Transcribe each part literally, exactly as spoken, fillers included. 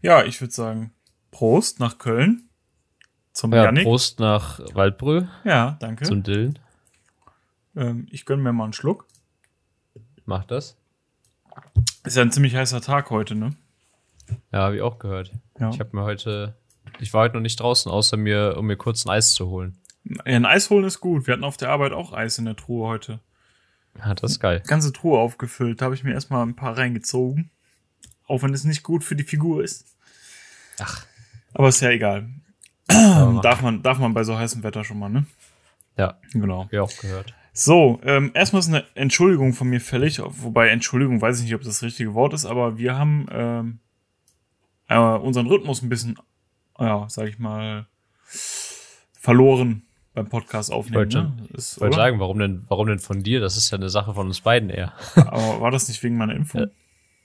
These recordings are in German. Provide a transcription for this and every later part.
Ja, ich würde sagen, Prost nach Köln. Zum Ja, Jannik. Prost nach Waldbrö. Ja, danke. Zum Dillen. Ähm, ich gönne mir mal einen Schluck. Mach das. Ist ja ein ziemlich heißer Tag heute, ne? Ja, habe ich auch gehört. Ja. Ich habe mir heute, ich war heute noch nicht draußen, außer mir, um mir kurz ein Eis zu holen. Ja, ein Eis holen ist gut. Wir hatten auf der Arbeit auch Eis in der Truhe heute. Ja, das ist geil. Ganze Truhe aufgefüllt. Da habe ich mir erstmal ein paar reingezogen. Auch wenn es nicht gut für die Figur ist. Ach. Aber ist ja egal. Aber darf man, darf man bei so heißem Wetter schon mal, ne? Ja, Genau. hab ich auch gehört. So, ähm, erstmal ist eine Entschuldigung von mir fällig. Wobei Entschuldigung, weiß ich nicht, ob das das richtige Wort ist. Aber wir haben ähm, äh, unseren Rhythmus ein bisschen, ja, sag ich mal, verloren beim Podcast aufnehmen. Ich wollte, ne? Ist, ich wollte oder? sagen, warum denn, warum denn von dir? Das ist ja eine Sache von uns beiden eher. Aber war das nicht wegen meiner Impfung? Ja.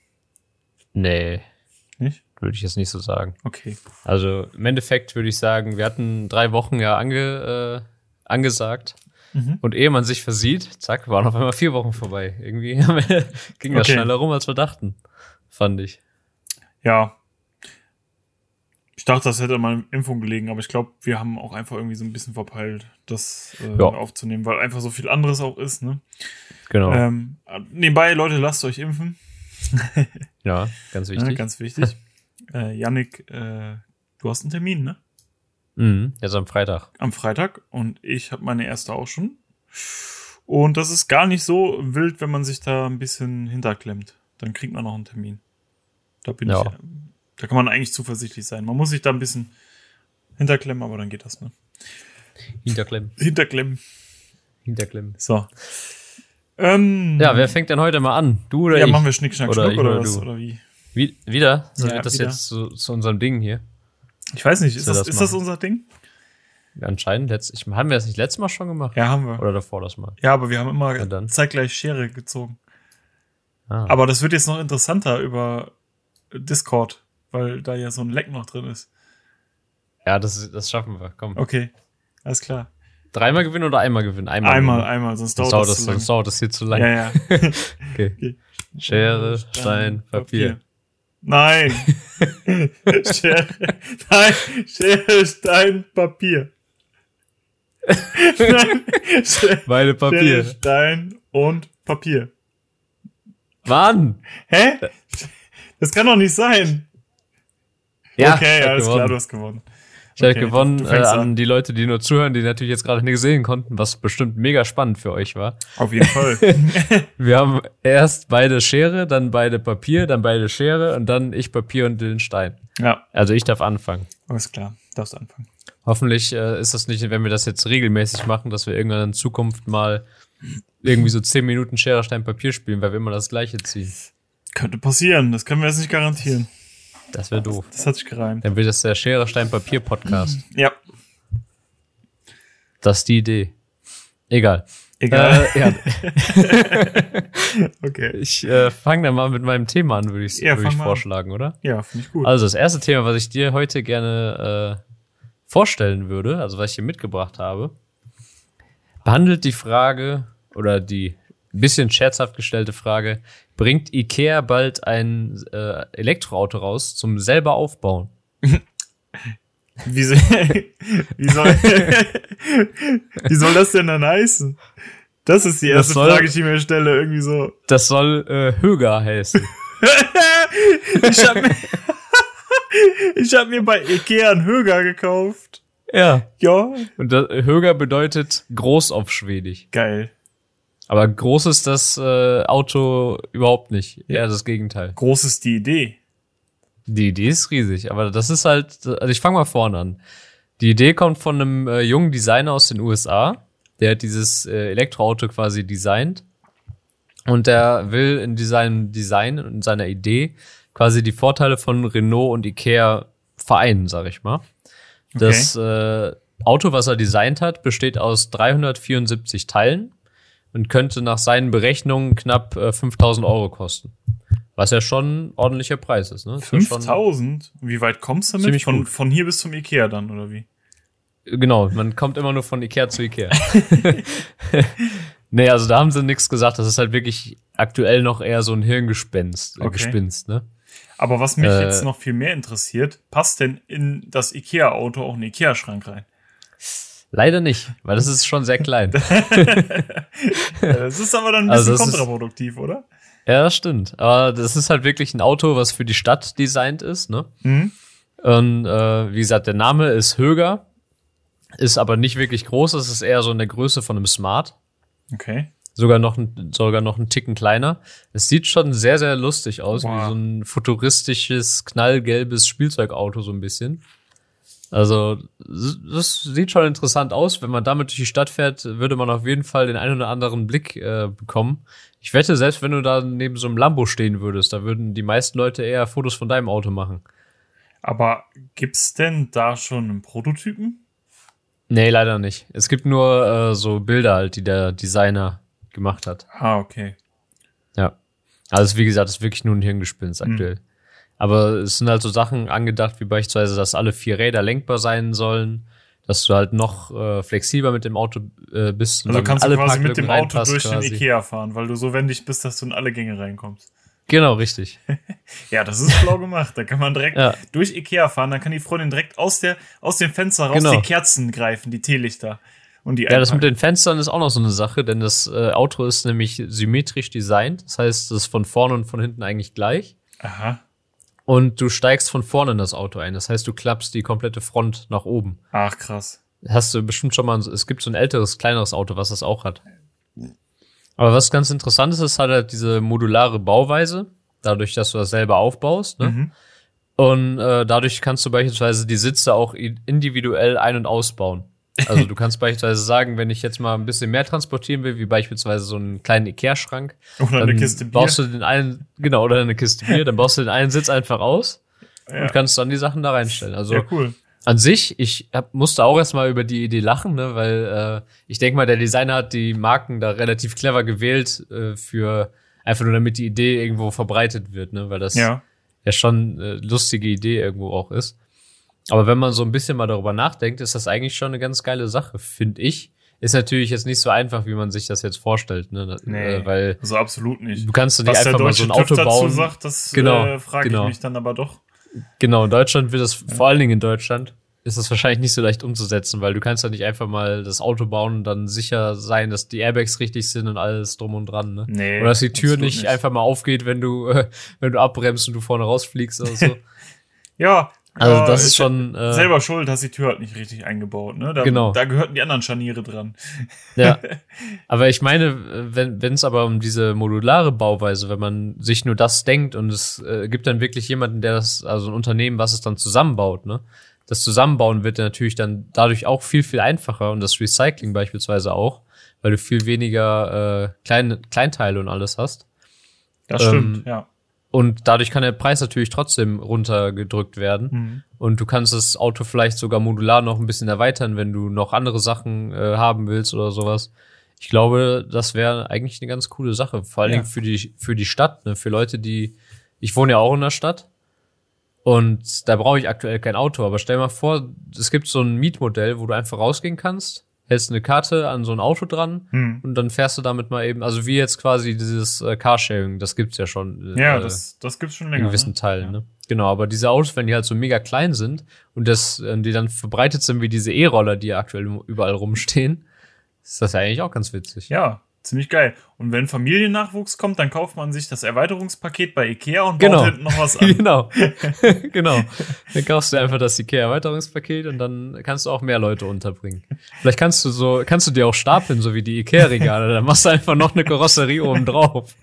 Nee, Nicht? würde ich jetzt nicht so sagen. Okay. Also im Endeffekt würde ich sagen, wir hatten drei Wochen ja ange, äh, angesagt. Mhm. Und ehe man sich versieht, zack, waren auf einmal vier Wochen vorbei. Irgendwie ging das Okay. schneller rum, als wir dachten. Fand ich. Ja. Ich dachte, das hätte an meiner Impfung gelegen, aber ich glaube, wir haben auch einfach irgendwie so ein bisschen verpeilt, das äh, Ja. aufzunehmen, weil einfach so viel anderes auch ist, ne? Genau. Ähm, nebenbei, Leute, lasst euch impfen. Ja, ganz Ja, wichtig. ganz wichtig. äh, Jannik, äh, du hast einen Termin, ne? Mhm, jetzt am Freitag. Am Freitag und ich habe meine erste auch schon. Und das ist gar nicht so wild, wenn man sich da ein bisschen hinterklemmt. Dann kriegt man noch einen Termin. Da bin Ja. ich, da kann man eigentlich zuversichtlich sein. Man muss sich da ein bisschen hinterklemmen, aber dann geht das, ne? Hinterklemmen. Hinterklemmen. Hinterklemmen. So. Ähm, Ja, wer fängt denn heute mal an? Du oder ja, ich? machen wir Schnick, Schnack, Oder Schnuck ich oder oder was? du? Oder wie? Wie, wieder? So Ja, wird das wieder. jetzt zu, zu unserem Ding hier? Ich weiß nicht, ist, Soll das, das ist das machen? unser Ding? Ja, anscheinend. Letzt, ich, haben wir das nicht letztes Mal schon gemacht? Ja, haben wir. Oder davor das Mal? Ja, aber wir haben immer Na dann. zeitgleich Schere gezogen. Ah. Aber das wird jetzt noch interessanter über Discord, weil da ja so ein Leck noch drin ist. Ja, das, das schaffen wir. Komm. Okay, alles klar. Dreimal gewinnen oder einmal gewinnen? Einmal. Einmal, gewinnen. einmal, sonst Sonst dauert dauert, das das, zu sonst lange. dauert das hier zu lang. Ja, ja. Okay. Okay. Schere, Stein, Papier. Nein. Schere, nein, Schere, Stein, Papier. Nein. Schere, Beide Papier. Schere, Stein und Papier. Mann! Hä? Das kann doch nicht sein. Ja, okay, ich hab alles gewonnen. klar, du hast gewonnen. Ich habe Okay, gewonnen du- du äh, fängst an an. die Leute, die nur zuhören, die natürlich jetzt gerade nicht sehen konnten, was bestimmt mega spannend für euch war. Auf jeden Fall. Wir haben erst beide Schere, dann beide Papier, dann beide Schere und dann ich Papier und den Stein. Ja, Also ich darf anfangen. alles klar. Darfst anfangen. Hoffentlich äh, ist das nicht, wenn wir das jetzt regelmäßig machen, dass wir irgendwann in Zukunft mal irgendwie so zehn Minuten Schere, Stein, Papier spielen, weil wir immer das Gleiche ziehen. Könnte passieren, das können wir jetzt nicht garantieren. Das wäre doof. Das hat sich gereimt. Dann wird das der Schere, Stein, Papier Podcast. Ja, Das ist die Idee. Egal. egal. Äh, ja, Okay. ich äh, fange dann mal mit meinem Thema an, würde ich, Ja, würd ich fang mal an. vorschlagen, oder? Ja, finde ich gut. Also das erste Thema, was ich dir heute gerne äh, vorstellen würde, also was ich hier mitgebracht habe, behandelt die Frage oder die ein bisschen scherzhaft gestellte Frage, bringt Ikea bald ein äh, Elektroauto raus zum selber aufbauen? Wie, soll, wie, soll, wie soll das denn dann heißen? Das ist die Das erste soll- Frage, die ich mir stelle. Irgendwie so. Das soll äh, Höger heißen. Ich habe mir, ich hab mir bei Ikea einen Höger gekauft. Ja. Ja. Und das, Höger bedeutet groß auf Schwedisch. Geil. Aber groß ist das äh, Auto überhaupt nicht. Eher das Gegenteil. Groß ist die Idee. Die Idee ist riesig, aber das ist halt, also ich fange mal vorne an. Die Idee kommt von einem äh, jungen Designer aus den U S A, der hat dieses äh, Elektroauto quasi designt und der will in seinem Design und in seiner Idee quasi die Vorteile von Renault und Ikea vereinen, sag ich mal. Okay. Das äh, Auto, was er designt hat, besteht aus dreihundertvierundsiebzig Teilen und könnte nach seinen Berechnungen knapp äh, fünftausend Euro kosten. Was ja schon ein ordentlicher Preis ist, ne? Ist ja schon- fünftausend? Wie weit kommst du damit? Ziemlich Von, gut. von hier bis zum Ikea dann, oder wie? Genau, man kommt immer nur von Ikea zu Ikea. Nee, also da haben sie nichts gesagt. Das ist halt wirklich aktuell noch eher so ein Hirngespenst, äh, Okay. Gespinst, ne? Aber was mich Äh, jetzt noch viel mehr interessiert, passt denn in das Ikea-Auto auch ein Ikea-Schrank rein? Leider nicht, weil das ist schon sehr klein. Das ist aber dann ein bisschen Also das ist- kontraproduktiv, oder? Ja, das stimmt. Aber das ist halt wirklich ein Auto, was für die Stadt designt ist, ne? Mhm. Und äh, wie gesagt, der Name ist Höger, ist aber nicht wirklich groß. Es ist eher so in der Größe von einem Smart. Okay. Sogar noch, ein, sogar noch einen Ticken kleiner. Es sieht schon sehr, sehr lustig aus, Wow. wie so ein futuristisches, knallgelbes Spielzeugauto so ein bisschen. Also, das sieht schon interessant aus. Wenn man damit durch die Stadt fährt, würde man auf jeden Fall den einen oder anderen Blick äh, bekommen. Ich wette, selbst wenn du da neben so einem Lambo stehen würdest, da würden die meisten Leute eher Fotos von deinem Auto machen. Aber gibt's denn da schon einen Prototypen? Nee, leider nicht. Es gibt nur äh, so Bilder halt, die der Designer gemacht hat. Ah, okay. Ja. Also, wie gesagt, das ist wirklich nur ein Hirngespinst aktuell. Aber es sind halt so Sachen angedacht, wie beispielsweise, dass alle vier Räder lenkbar sein sollen, dass du halt noch äh, flexibler mit dem Auto äh, bist. und Also dann kannst alle du quasi mit Parklücken dem Auto reinpasst durch quasi. den Ikea fahren, weil du so wendig bist, dass du in alle Gänge reinkommst. Genau, richtig. Ja, das ist schlau gemacht. Da kann man direkt Ja. durch Ikea fahren, dann kann die Freundin direkt aus, der, aus dem Fenster raus Genau. die Kerzen greifen, die Teelichter. Und die Ja, das mit einpacken. den Fenstern ist auch noch so eine Sache, denn das äh, Auto ist nämlich symmetrisch designt. Das heißt, es ist von vorne und von hinten eigentlich gleich. Aha. Und du steigst von vorne in das Auto ein. Das heißt, du klappst die komplette Front nach oben. Ach, krass. Hast du bestimmt schon mal, es gibt so ein älteres, kleineres Auto, was das auch hat. Aber was ganz interessant ist, ist halt, halt diese modulare Bauweise, dadurch, dass du das selber aufbaust, ne? Mhm. Und äh, dadurch kannst du beispielsweise die Sitze auch i- individuell ein- und ausbauen. Also du kannst beispielsweise sagen, wenn ich jetzt mal ein bisschen mehr transportieren will, wie beispielsweise so einen kleinen Ikea-Schrank, Oder dann eine Kiste Bier. baust du den einen, genau, oder eine Kiste Bier, dann baust du den einen Sitz einfach aus Ja. und kannst dann die Sachen da reinstellen. Also Ja, cool. an sich, ich hab, musste auch erstmal über die Idee lachen, ne, weil äh, ich denke mal, der Designer hat die Marken da relativ clever gewählt, äh, für einfach nur damit die Idee irgendwo verbreitet wird, ne, weil das ja, Ja. schon äh, lustige Idee irgendwo auch ist. Aber wenn man so ein bisschen mal darüber nachdenkt, ist das eigentlich schon eine ganz geile Sache, finde ich. Ist natürlich jetzt nicht so einfach, wie man sich das jetzt vorstellt, ne, Nee, äh, weil also absolut nicht. du kannst du nicht Was der einfach mal so deutsche ein Auto TÜV dazu bauen. sagt, das Genau, äh, frage genau. ich mich dann aber doch. Genau, in Deutschland wird das, vor allen Dingen in Deutschland, ist das wahrscheinlich nicht so leicht umzusetzen, weil du kannst ja nicht einfach mal das Auto bauen und dann sicher sein, dass die Airbags richtig sind und alles drum und dran, ne? Nee, Oder dass die Tür absolut nicht, nicht. einfach mal aufgeht, wenn du, äh, wenn du abbremst und du vorne rausfliegst oder so. Ja. Also ja, das ist schon, äh, selber schuld, hast die Tür halt nicht richtig eingebaut, ne? Da, Genau. Da gehörten die anderen Scharniere dran. ja. Aber ich meine, wenn wenn es aber um diese modulare Bauweise, wenn man sich nur das denkt und es äh, gibt dann wirklich jemanden, der das, also ein Unternehmen, was es dann zusammenbaut, ne? Das Zusammenbauen wird natürlich dann dadurch auch viel, viel einfacher und das Recycling beispielsweise auch, weil du viel weniger äh, kleine Kleinteile und alles hast. Das Ähm, stimmt, ja. Und dadurch kann der Preis natürlich trotzdem runtergedrückt werden. Mhm. Und du kannst das Auto vielleicht sogar modular noch ein bisschen erweitern, wenn du noch andere Sachen äh, haben willst oder sowas. Ich glaube, das wäre eigentlich eine ganz coole Sache. Vor allen Ja. Dingen für die, für die Stadt, ne? Für Leute, die, ich wohne ja auch in der Stadt. Und da brauche ich aktuell kein Auto. Aber stell dir mal vor, es gibt so ein Mietmodell, wo du einfach rausgehen kannst, hältst eine Karte an so ein Auto dran Mhm. und dann fährst du damit mal eben, also wie jetzt quasi dieses äh, Carsharing, das gibt's ja schon. Ja, äh, das, das gibt's schon in länger. gewissen ne? Teilen, Ja. ne? Genau, aber diese Autos, wenn die halt so mega klein sind und das, äh, die dann verbreitet sind wie diese E-Roller, die ja aktuell überall rumstehen, ist das ja eigentlich auch ganz witzig. Ja, ziemlich geil. Und wenn Familiennachwuchs kommt, dann kauft man sich das Erweiterungspaket bei Ikea und Genau. baut hinten noch was an. Genau. Genau. Dann kaufst du einfach das Ikea-Erweiterungspaket und dann kannst du auch mehr Leute unterbringen. Vielleicht kannst du so, kannst du dir auch stapeln, so wie die Ikea-Regale. Dann machst du einfach noch eine Karosserie oben drauf.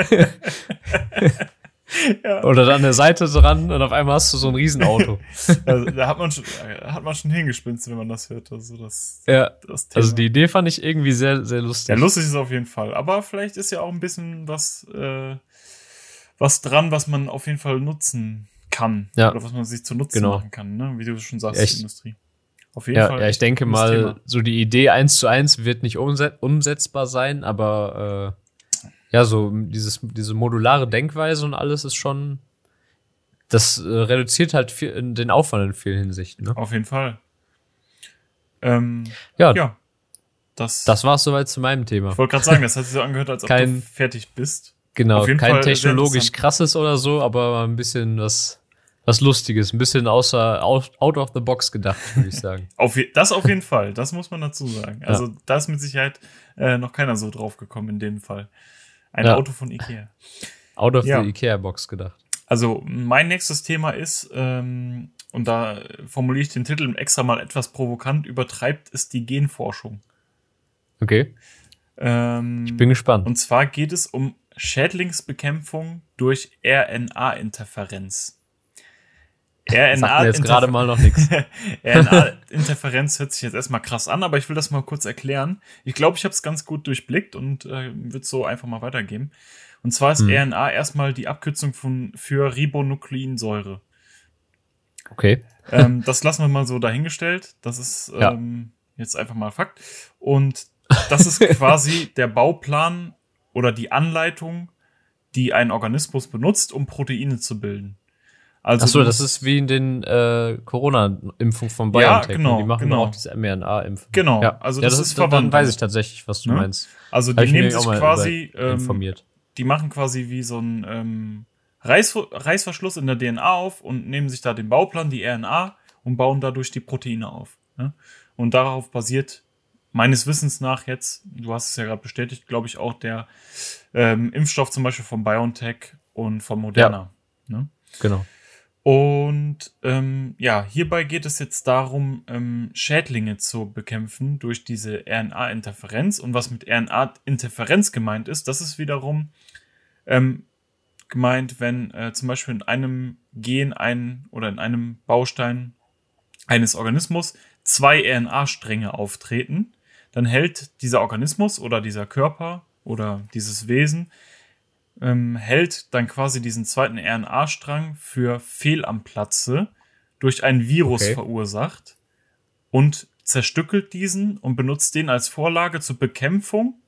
Ja. Oder dann eine Seite dran und auf einmal hast du so ein Riesenauto. Also, da hat man schon, da hat man schon hingespinst, wenn man das hört. Also das, Ja. das Thema. Also die Idee fand ich irgendwie sehr, sehr lustig. Ja, lustig ist es auf jeden Fall. Aber vielleicht ist ja auch ein bisschen was, äh, was dran, was man auf jeden Fall nutzen kann. Ja. Oder was man sich zu Nutzen Genau. machen kann, ne? Wie du schon sagst, Ja, ich- die Industrie. Auf jeden Ja, Fall. ja, ich denke cooles mal, Thema. so die Idee eins zu eins wird nicht umset umsetzbar sein, aber äh, ja, so dieses, diese modulare Denkweise und alles ist schon, das äh, reduziert halt viel, den Aufwand in vielen Hinsichten. Ne? Auf jeden Fall. Ähm, Ja, ja. Das, das war's soweit zu meinem Thema. ich wollte gerade sagen, das hat sich so angehört, als ob Kein- du fertig bist. Genau, Auf jeden kein Fall sehr technologisch interessant. krasses oder so, aber ein bisschen was, was Lustiges, ein bisschen außer out, out of the box gedacht, würde ich sagen. Auf, je- das auf jeden Fall, das muss man dazu sagen. Ja. Also da ist mit Sicherheit äh, noch keiner so drauf gekommen in dem Fall. Ein Ja. Auto von Ikea. Out of Ja. the Ikea-Box gedacht. Also mein nächstes Thema ist, ähm, und da formuliere ich den Titel extra mal etwas provokant, übertreibt es die Genforschung. Okay, Ähm, ich bin gespannt. Und zwar geht es um Schädlingsbekämpfung durch R N A-Interferenz. Sagt mir jetzt gerade mal noch nichts. R N A-Interferenz hört sich jetzt erstmal krass an, aber ich will das mal kurz erklären. Ich glaube, ich habe es ganz gut durchblickt und äh, würde es so einfach mal weitergeben. Und zwar ist Hm. R N A erstmal die Abkürzung von, für Ribonukleinsäure. Okay. ähm, das lassen wir mal so dahingestellt. Das ist Ja. ähm, jetzt einfach mal Fakt. Und das ist quasi der Bauplan oder die Anleitung, die ein Organismus benutzt, um Proteine zu bilden. Also Ach so, du das musst- ist wie in den äh, Corona-Impfungen von Ja, BioNTech. genau, ne? Die machen genau. auch diese mRNA-Impfung. Genau, Ja. also ja, das das ist dann, verwandt dann weiß damit. ich tatsächlich, was du Ne? meinst. Also Hab die ich nehmen mich sich auch mal quasi, über- ähm, informiert. die machen quasi wie so ein ähm, Reiß, Reißverschluss in der D N A auf und nehmen sich da den Bauplan, die R N A, und bauen dadurch die Proteine auf. Ne? Und darauf basiert meines Wissens nach jetzt, du hast es ja gerade bestätigt, glaube ich, auch der ähm, Impfstoff zum Beispiel von BioNTech und von Moderna. Ne? Genau. Und ähm, ja, hierbei geht es jetzt darum, ähm, Schädlinge zu bekämpfen durch diese R N A-Interferenz. Und was mit R N A-Interferenz gemeint ist, das ist wiederum ähm, gemeint, wenn äh, zum Beispiel in einem Gen ein oder in einem Baustein eines Organismus zwei R N A-Stränge auftreten, dann hält dieser Organismus oder dieser Körper oder dieses Wesen ähm, hält dann quasi diesen zweiten R N A-Strang für fehl am Platze durch ein Virus Okay. verursacht und zerstückelt diesen und benutzt den als Vorlage zur Bekämpfung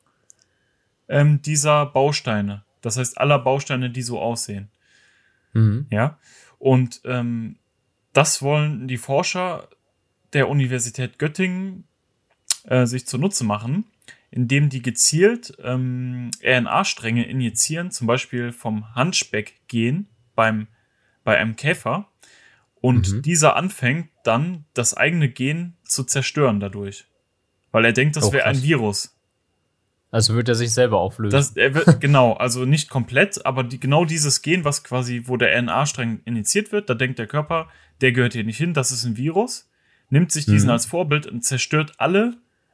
ähm, dieser Bausteine. Das heißt, aller Bausteine, die so aussehen. Mhm. Ja. Und ähm, das wollen die Forscher der Universität Göttingen äh, sich zunutze machen, indem die gezielt ähm, R N A-Stränge injizieren, zum Beispiel vom Hunchback-Gen beim, bei einem Käfer. Und Mhm. dieser anfängt dann, das eigene Gen zu zerstören dadurch. Weil er denkt, das Oh, wäre ein krass. Virus. Also wird er sich selber auflösen. Das, er wird, genau, also nicht komplett, aber die, genau dieses Gen, was quasi, wo der R N A-Strang injiziert wird, da denkt der Körper, der gehört hier nicht hin, das ist ein Virus, nimmt sich diesen Mhm. als Vorbild und zerstört alle,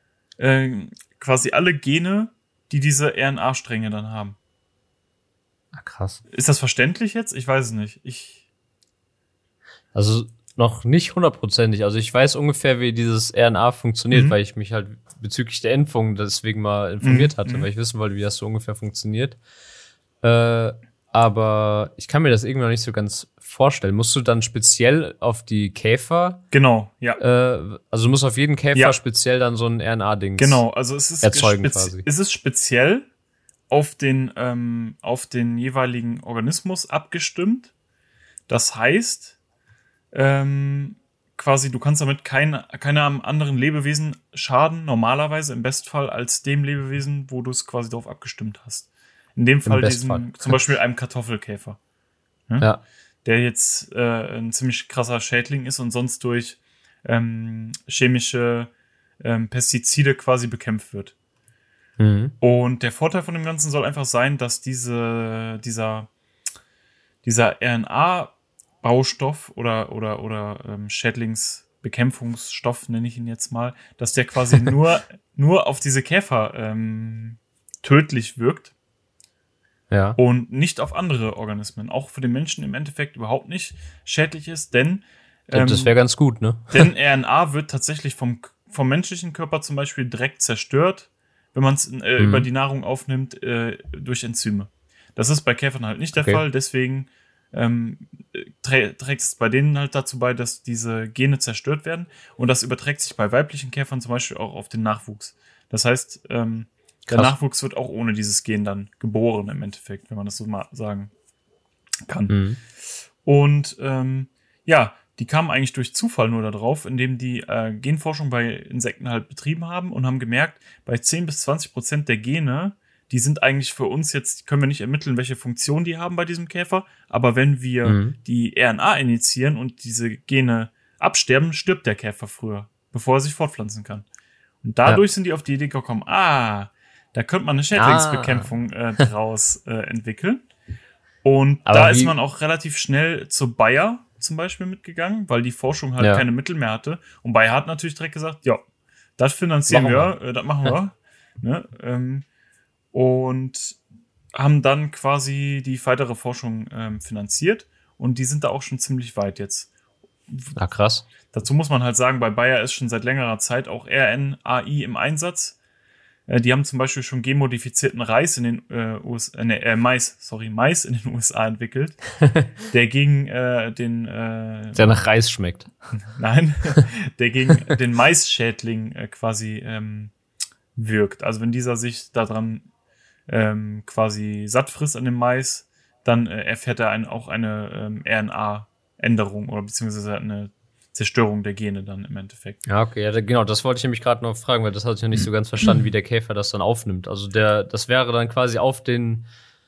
äh, quasi alle Gene, die diese R N A-Stränge dann haben. ah, krass. Ist das verständlich jetzt? Ich weiß es nicht. Ich, Also noch nicht hundertprozentig. Also ich weiß ungefähr, wie dieses R N A funktioniert, Mhm. weil ich mich halt bezüglich der Impfung deswegen mal informiert Mhm, hatte, mhm. weil ich wissen wollte, wie das so ungefähr funktioniert. Äh, aber ich kann mir das irgendwie noch nicht so ganz vorstellen. Musst du dann speziell auf die Käfer, genau, ja. äh, also du musst auf jeden Käfer Ja. speziell dann so ein R N A-Ding. Genau, also es ist, erzeugen spezi- quasi. es ist speziell auf den, ähm, auf den jeweiligen Organismus abgestimmt. Das heißt, ähm, quasi, du kannst damit kein, keinem anderen Lebewesen schaden, normalerweise im Bestfall, als dem Lebewesen, wo du es quasi darauf abgestimmt hast. In dem Fall Bestfall. diesen, zum Beispiel einem Kartoffelkäfer, Ja. der jetzt äh, ein ziemlich krasser Schädling ist und sonst durch ähm, chemische ähm, Pestizide quasi bekämpft wird. Mhm. Und der Vorteil von dem Ganzen soll einfach sein, dass diese, dieser, dieser R N A-Baustoff oder, oder, oder ähm, Schädlingsbekämpfungsstoff, nenne ich ihn jetzt mal, dass der quasi nur, nur auf diese Käfer ähm, tödlich wirkt Ja. und nicht auf andere Organismen. Auch für den Menschen im Endeffekt überhaupt nicht schädlich ist, denn, ähm, das wäre ganz gut, ne? denn R N A wird tatsächlich vom, vom menschlichen Körper zum Beispiel direkt zerstört, wenn man es äh, Mhm. über die Nahrung aufnimmt, äh, durch Enzyme. Das ist bei Käfern halt nicht der Okay. Fall, deswegen ähm, trä trägt es bei denen halt dazu bei, dass diese Gene zerstört werden und das überträgt sich bei weiblichen Käfern zum Beispiel auch auf den Nachwuchs. Das heißt, ähm, der Krass. Nachwuchs wird auch ohne dieses Gen dann geboren im Endeffekt, wenn man das so mal sagen kann. Mhm. Und ähm, ja, die kamen eigentlich durch Zufall nur da drauf, indem die äh, Genforschung bei Insekten halt betrieben haben und haben gemerkt, bei zehn bis zwanzig Prozent der Gene, die sind eigentlich für uns jetzt, können wir nicht ermitteln, welche Funktion die haben bei diesem Käfer, aber wenn wir mhm. die R N A injizieren und diese Gene absterben, stirbt der Käfer früher, bevor er sich fortpflanzen kann. Und dadurch ja. sind die auf die Idee gekommen, ah, da könnte man eine Schädlingsbekämpfung ah. äh, draus äh, entwickeln. Und aber da ist man auch relativ schnell zu Bayer zum Beispiel mitgegangen, weil die Forschung halt ja. keine Mittel mehr hatte. Und Bayer hat natürlich direkt gesagt, ja, das finanzieren machen wir, wir. Äh, das machen wir. ne? ähm, und haben dann quasi die weitere Forschung ähm, finanziert. Und die sind da auch schon ziemlich weit jetzt. Na krass. Dazu muss man halt sagen, bei Bayer ist schon seit längerer Zeit auch R N A I im Einsatz. Äh, die haben zum Beispiel schon genmodifizierten Reis in den äh, U S A, äh, äh, Mais, sorry, Mais in den U S A entwickelt, der gegen äh, den äh, der nach Reis schmeckt. Nein, der gegen den Maisschädling äh, quasi ähm, wirkt. Also wenn dieser sich daran ähm, quasi satt frisst an dem Mais, dann äh, erfährt er ein, auch eine ähm, R N A-Änderung oder beziehungsweise eine Zerstörung der Gene dann im Endeffekt. Ja, okay, ja, da, genau, das wollte ich nämlich gerade noch fragen, weil das hatte ich noch nicht so ganz verstanden, wie der Käfer das dann aufnimmt. Also der, das wäre dann quasi auf den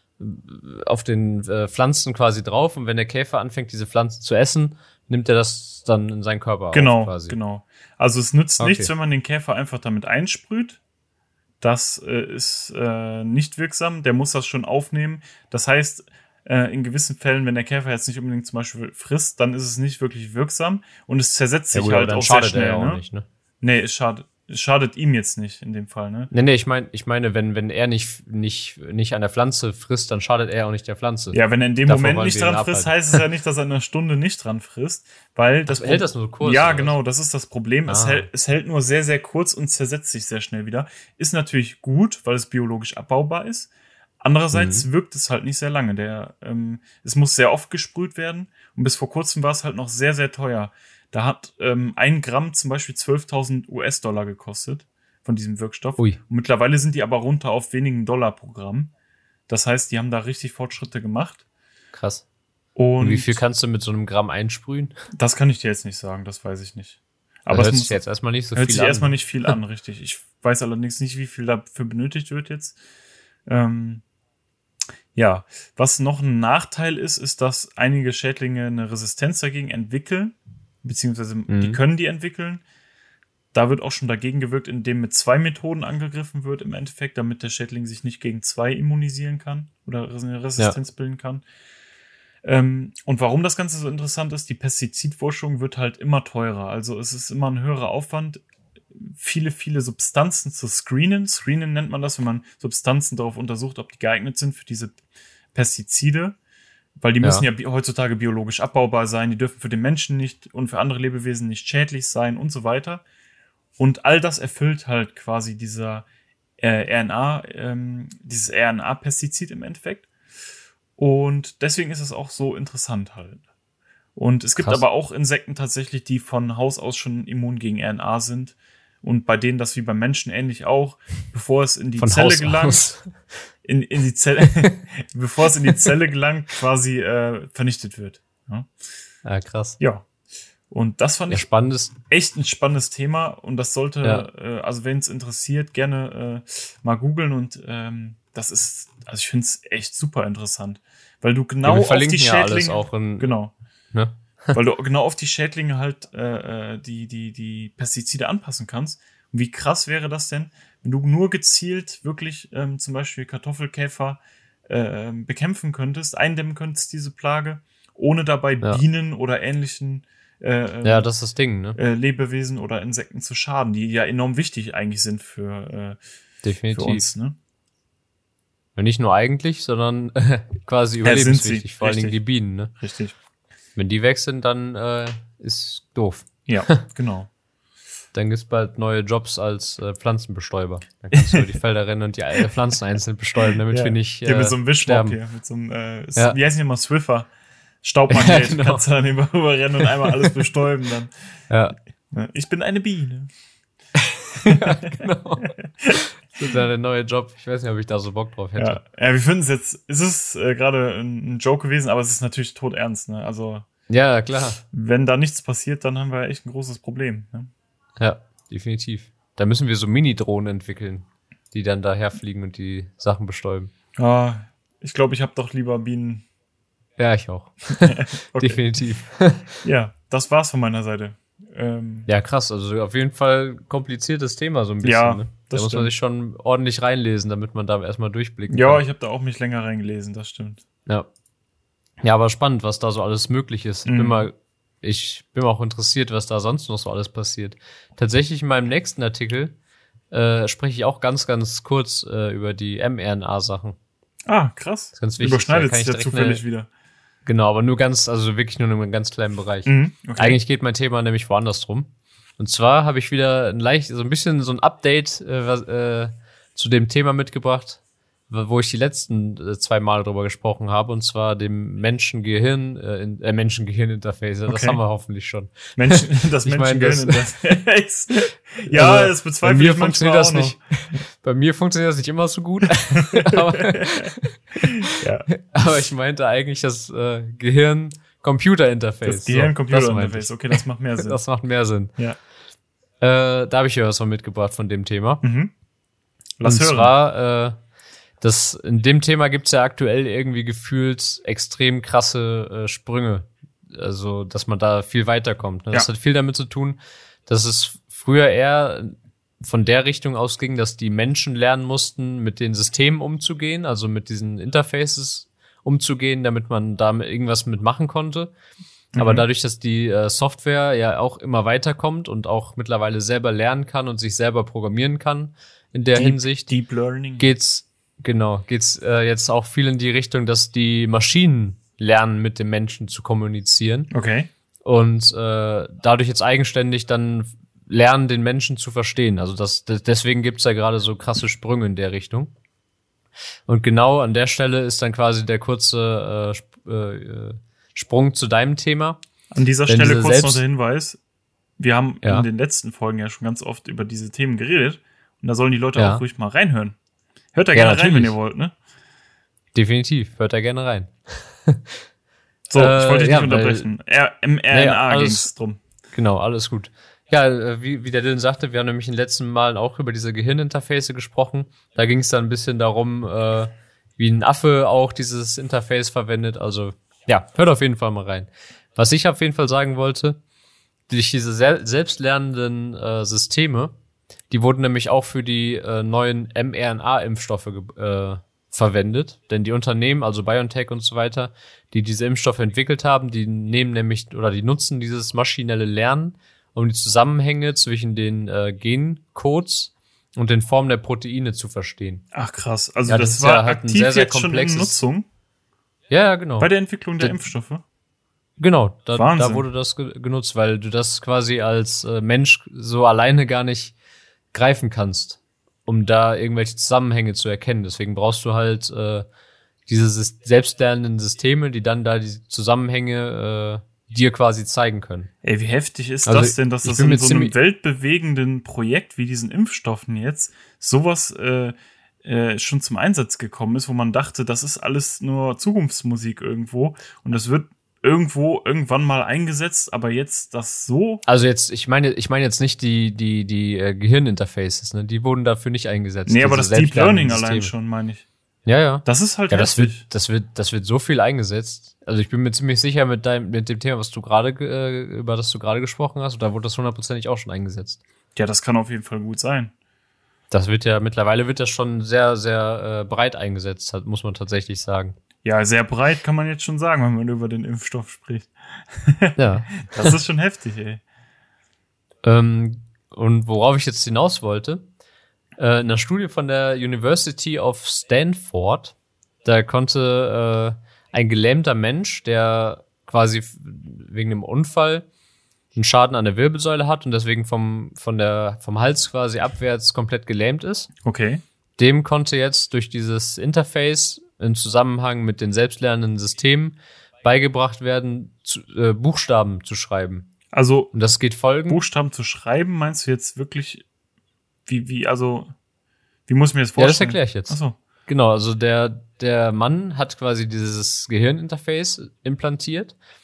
auf den äh, Pflanzen quasi drauf und wenn der Käfer anfängt, diese Pflanzen zu essen, nimmt er das dann in seinen Körper genau, auf quasi. Genau, genau. Also es nützt okay. nichts, wenn man den Käfer einfach damit einsprüht. Das äh, ist äh, nicht wirksam, der muss das schon aufnehmen. Das heißt, in gewissen Fällen, wenn der Käfer jetzt nicht unbedingt zum Beispiel frisst, dann ist es nicht wirklich wirksam und es zersetzt sich ja, gut, halt auch sehr schnell. Ja, ne? Auch nicht, ne? Nee, es schadet, es schadet ihm jetzt nicht in dem Fall, ne? Nee, nee, ich meine, ich meine, wenn, wenn er nicht, nicht, nicht an der Pflanze frisst, dann schadet er auch nicht der Pflanze. Ja, wenn er in dem Davor Moment nicht dran frisst, heißt es ja nicht, dass er in einer Stunde nicht dran frisst, weil das. Hält das nur so kurz? Ja, genau, das ist das Problem. Ah. Es hält, es hält nur sehr, sehr kurz und zersetzt sich sehr schnell wieder. Ist natürlich gut, weil es biologisch abbaubar ist. Andererseits mhm. wirkt es halt nicht sehr lange. Der, ähm, es muss sehr oft gesprüht werden und bis vor kurzem war es halt noch sehr, sehr teuer. Da hat ähm, ein Gramm zum Beispiel zwölftausend U S-Dollar gekostet von diesem Wirkstoff. Ui. Und mittlerweile sind die aber runter auf wenigen Dollar pro Gramm. Das heißt, die haben da richtig Fortschritte gemacht. Krass. Und, und wie viel kannst du mit so einem Gramm einsprühen? Das kann ich dir jetzt nicht sagen, das weiß ich nicht. Aber das hört es sich muss, jetzt erstmal nicht so viel an. Hört sich erstmal nicht viel an, richtig. Ich weiß allerdings nicht, wie viel dafür benötigt wird jetzt. Ähm, Ja, was noch ein Nachteil ist, ist, dass einige Schädlinge eine Resistenz dagegen entwickeln, beziehungsweise mhm. die können die entwickeln. Da wird auch schon dagegen gewirkt, indem mit zwei Methoden angegriffen wird im Endeffekt, damit der Schädling sich nicht gegen zwei immunisieren kann oder eine Resistenz ja. bilden kann. Ähm, und warum das Ganze so interessant ist, die Pestizidforschung wird halt immer teurer. Also es ist immer ein höherer Aufwand, viele, viele Substanzen zu screenen. Screenen nennt man das, wenn man Substanzen darauf untersucht, ob die geeignet sind für diese Pestizide. Weil die müssen ja, ja heutzutage biologisch abbaubar sein, die dürfen für den Menschen nicht und für andere Lebewesen nicht schädlich sein und so weiter. Und all das erfüllt halt quasi dieser äh, R N A, ähm, dieses R N A-Pestizid im Endeffekt. Und deswegen ist es auch so interessant halt. Und es gibt Krass. aber auch Insekten tatsächlich, die von Haus aus schon immun gegen R N A sind. Und bei denen das wie beim Menschen ähnlich auch, bevor es in die Von Zelle Haus gelangt, aus. in, in die Zelle, bevor es in die Zelle gelangt, quasi äh, vernichtet wird. Ja. ja, krass. Ja. Und das fand ja, ich spannendes. echt ein spannendes Thema. Und das sollte, ja. äh, also wenn es interessiert, gerne äh, mal googeln. Und ähm, das ist, also ich finde es echt super interessant. Weil du genau ja, auf die ja Schädlinge, alles auch in, genau. Ne? Weil du genau auf die Schädlinge halt äh, die die die Pestizide anpassen kannst. Und wie krass wäre das denn, wenn du nur gezielt wirklich ähm, zum Beispiel Kartoffelkäfer äh, bekämpfen könntest, eindämmen könntest diese Plage, ohne dabei ja. Bienen oder ähnlichen äh, ja, das ist das Ding, ne? äh, Lebewesen oder Insekten zu schaden, die ja enorm wichtig eigentlich sind für, äh, Definitiv. für uns. Ne? Ja, nicht nur eigentlich, sondern äh, quasi überlebenswichtig, ja, vor allen Dingen die Bienen. Ne? Richtig. Wenn die weg sind, dann äh, ist doof. Ja, genau. Dann gibt's bald neue Jobs als äh, Pflanzenbestäuber. Dann kannst du über die Felder rennen und die äh, Pflanzen einzeln bestäuben, damit ja. wir nicht äh, ja, mit so einem Wischmopp hier, mit so einem, äh, ja. wie heißt die immer, Swiffer, Staubmagnet, ja, genau. Kannst du dann immer rüberrennen und einmal alles bestäuben dann. Ja. Ich bin eine Biene. Ja, genau. Das ist ja der neue Job. Ich weiß nicht, ob ich da so Bock drauf hätte. Ja, ja wir finden es jetzt, es ist äh, gerade ein, ein Joke gewesen, aber es ist natürlich todernst, ne? Also, ja, klar. Wenn da nichts passiert, dann haben wir echt ein großes Problem. Ne? Ja, definitiv. Da müssen wir so Mini-Drohnen entwickeln. die dann daherfliegen und die Sachen bestäuben. Ah, ich glaube, ich habe doch lieber Bienen. Ja, ich auch. Okay. Definitiv. Ja, das war's von meiner Seite. Ähm, Ja, krass. Also auf jeden Fall kompliziertes Thema so ein bisschen. Ja, ne? Da das muss man stimmt. sich schon ordentlich reinlesen, damit man da erstmal durchblicken ja, kann. ich habe da auch mich länger reingelesen, das stimmt. Ja. Ja, aber spannend, was da so alles möglich ist. Ich Mhm. bin mal, ich bin mal auch interessiert, was da sonst noch so alles passiert. Tatsächlich in meinem nächsten Artikel äh, spreche ich auch ganz, ganz kurz äh, über die mRNA-Sachen. Ah, krass. Das ist ganz wichtig. Überschneidet Da kann sich ich ja direkt zufällig eine- wieder. Genau, aber nur ganz, also wirklich nur in einem ganz kleinen Bereich. Mhm, okay. Eigentlich geht mein Thema nämlich woanders drum. Und zwar habe ich wieder ein leicht, so ein bisschen so ein Update äh, was, äh, zu dem Thema mitgebracht, wo ich die letzten äh, zwei Male drüber gesprochen habe, und zwar dem Menschengehirn, äh, in, äh, Menschengehirn-Interface. Das Okay. haben wir hoffentlich schon. Menschen, das Ich mein, das- Menschengehirn-Interface. Ja, Also, das Bei bezweifle mir ich manchmal funktioniert das auch noch. nicht. Bei mir funktioniert das nicht immer so gut. aber, Ja, aber ich meinte eigentlich das äh, Gehirn-Computer-Interface. das So, das meinte Gehirn-Computer-Interface. ich. Okay, das macht mehr Sinn. Das macht mehr Sinn. Ja. Äh, da habe ich ja was von mitgebracht von dem Thema. Mhm. Lass Und hören. zwar, äh, das, in dem Thema gibt's ja aktuell irgendwie gefühlt extrem krasse äh, Sprünge. Also, dass man da viel weiterkommt. Ne? Das Ja. hat viel damit zu tun, dass es früher eher von der Richtung ausging, dass die Menschen lernen mussten, mit den Systemen umzugehen, also mit diesen Interfaces umzugehen, damit man da irgendwas mitmachen konnte. Aber Mhm. dadurch, dass die äh, Software ja auch immer weiterkommt und auch mittlerweile selber lernen kann und sich selber programmieren kann in der Deep- Hinsicht, Deep Learning. geht's genau geht's äh, jetzt auch viel in die Richtung, dass die Maschinen lernen, mit dem Menschen zu kommunizieren Okay. und äh, dadurch jetzt eigenständig dann lernen, den Menschen zu verstehen. Also das, das deswegen gibt's ja gerade so krasse Sprünge in der Richtung. Und genau an der Stelle ist dann quasi der kurze äh, Sp äh, Sprung zu deinem Thema. An dieser Denn Stelle diese kurz noch Selbst- der Hinweis. Wir haben Ja. in den letzten Folgen ja schon ganz oft über diese Themen geredet. Und da sollen die Leute Ja. auch ruhig mal reinhören. Hört da Ja, gerne rein, wenn natürlich. ihr wollt, ne? Definitiv, hört da gerne rein. So, Äh, ich wollte dich ja, nicht weil- unterbrechen. R- mRNA Naja, alles- ging's drum. Genau, alles gut. Ja, äh, wie, wie der Dylan sagte, wir haben nämlich in den letzten Malen auch über diese Gehirninterface gesprochen. Da ging es dann ein bisschen darum, äh, wie ein Affe auch dieses Interface verwendet. Also ja, hört auf jeden Fall mal rein. Was ich auf jeden Fall sagen wollte, durch diese sel selbstlernenden äh, Systeme, die wurden nämlich auch für die äh, neuen mRNA-Impfstoffe ge- äh, verwendet. Denn die Unternehmen, also BioNTech und so weiter, die diese Impfstoffe entwickelt haben, die nehmen nämlich oder die nutzen dieses maschinelle Lernen, um die Zusammenhänge zwischen den äh, Gencodes und den Formen der Proteine zu verstehen. Ach krass. Also Ja, das, das ist war ja halt ein aktiv sehr, sehr jetzt schon in komplexes- Nutzung Ja, ja, genau. bei der Entwicklung der D- Impfstoffe. Genau, da, Wahnsinn. da wurde das ge genutzt, weil du das quasi als äh, Mensch so alleine gar nicht greifen kannst, um da irgendwelche Zusammenhänge zu erkennen. Deswegen brauchst du halt äh, diese Sys- selbstlernenden Systeme, die dann da die Zusammenhänge äh, dir quasi zeigen können. Ey, wie heftig ist Also, das denn, dass ich das bin in mir so einem ziemlich- weltbewegenden Projekt wie diesen Impfstoffen jetzt sowas äh, äh, schon zum Einsatz gekommen ist, wo man dachte, das ist alles nur Zukunftsmusik irgendwo und das wird irgendwo irgendwann mal eingesetzt, aber jetzt das so. Also jetzt, ich meine, ich meine jetzt nicht die die die äh, Gehirninterfaces, ne? Die wurden dafür nicht eingesetzt. Nee, aber diese das Deep Learning selbstlernenden allein Systeme. schon, meine ich. Ja, ja. Das ist halt Ja, das wird, heftig. das wird, das wird so viel eingesetzt. Also ich bin mir ziemlich sicher mit deinem, mit dem Thema, was du gerade, äh, über das du gerade gesprochen hast, da wurde das hundertprozentig auch schon eingesetzt. Ja, das kann auf jeden Fall gut sein. Das wird ja, mittlerweile wird das schon sehr, sehr äh, breit eingesetzt, hat, muss man tatsächlich sagen. Ja, sehr breit kann man jetzt schon sagen, wenn man über den Impfstoff spricht. Ja. Das ist schon heftig, ey. ähm, und worauf ich jetzt hinaus wollte, äh, in einer Studie von der University of Stanford, da konnte äh, ein gelähmter Mensch, der quasi f- wegen dem Unfall einen Schaden an der Wirbelsäule hat und deswegen vom, von der, vom Hals quasi abwärts komplett gelähmt ist, Okay. dem konnte jetzt durch dieses Interface im Zusammenhang mit den selbstlernenden Systemen beigebracht werden, zu, äh, Buchstaben zu schreiben. Also Und das geht folgend. Buchstaben zu schreiben, meinst du jetzt wirklich, wie, wie, also, wie muss ich mir das Ja, das vorstellen? erkläre ich jetzt. Ach so. Genau, also der, der Mann hat quasi dieses Gehirninterface implantiert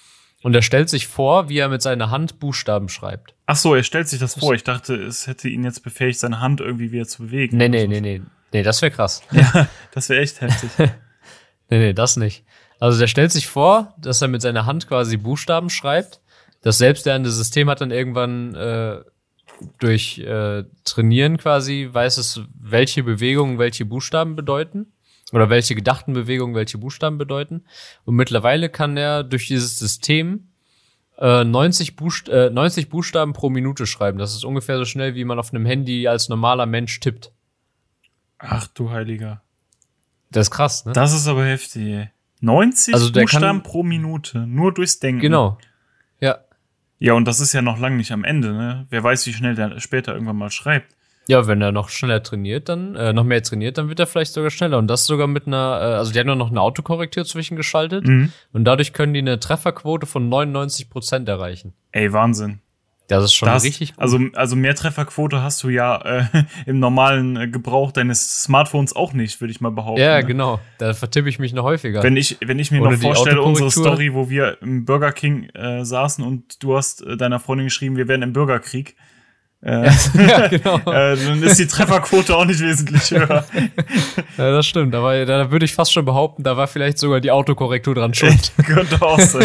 Und er stellt sich vor, wie er mit seiner Hand Buchstaben schreibt. Ach so, er stellt sich das vor. Ich dachte, es hätte ihn jetzt befähigt, seine Hand irgendwie wieder zu bewegen. Nee, nee, nee, nee. Nee, das wäre krass. Ja, das wäre echt heftig. Nee, nee, das nicht. Also der stellt sich vor, dass er mit seiner Hand quasi Buchstaben schreibt. Das selbstlernende System hat dann irgendwann äh, durch äh, Trainieren quasi, weiß es, welche Bewegungen welche Buchstaben bedeuten. Oder welche gedachten Bewegungen welche Buchstaben bedeuten. Und mittlerweile kann er durch dieses System äh, neunzig, Buchst- äh, neunzig Buchstaben pro Minute schreiben. Das ist ungefähr so schnell, wie man auf einem Handy als normaler Mensch tippt. Ach du Heiliger. Das ist krass, ne? Das ist aber heftig, ey. neunzig Also der Buchstaben kann- pro Minute, nur durchs Denken. Genau. Ja. Ja, und das ist ja noch lange nicht am Ende, ne? Wer weiß, wie schnell der später irgendwann mal schreibt. Ja, wenn er noch schneller trainiert, dann, äh, noch mehr trainiert, dann wird er vielleicht sogar schneller. Und das sogar mit einer, äh, also die haben nur noch eine Autokorrektur zwischengeschaltet. Mhm. Und dadurch können die eine Trefferquote von neunundneunzig Prozent erreichen. Ey, Wahnsinn. Das ist schon Das, richtig gut. also, also mehr Trefferquote hast du ja äh, im normalen äh, Gebrauch deines Smartphones auch nicht, würde ich mal behaupten. Ja, ne? genau. Da vertippe ich mich noch häufiger. Wenn ich, wenn ich mir Ohne noch die vorstelle, unsere Autokorrektur. Story, wo wir im Burger King äh, saßen und du hast äh, deiner Freundin geschrieben, wir wären im Bürgerkrieg, äh, Ja, genau. äh, dann ist die Trefferquote auch nicht wesentlich höher. Ja, das stimmt. Aber da würde ich fast schon behaupten, da war vielleicht sogar die Autokorrektur dran schuld. Könnte auch sein.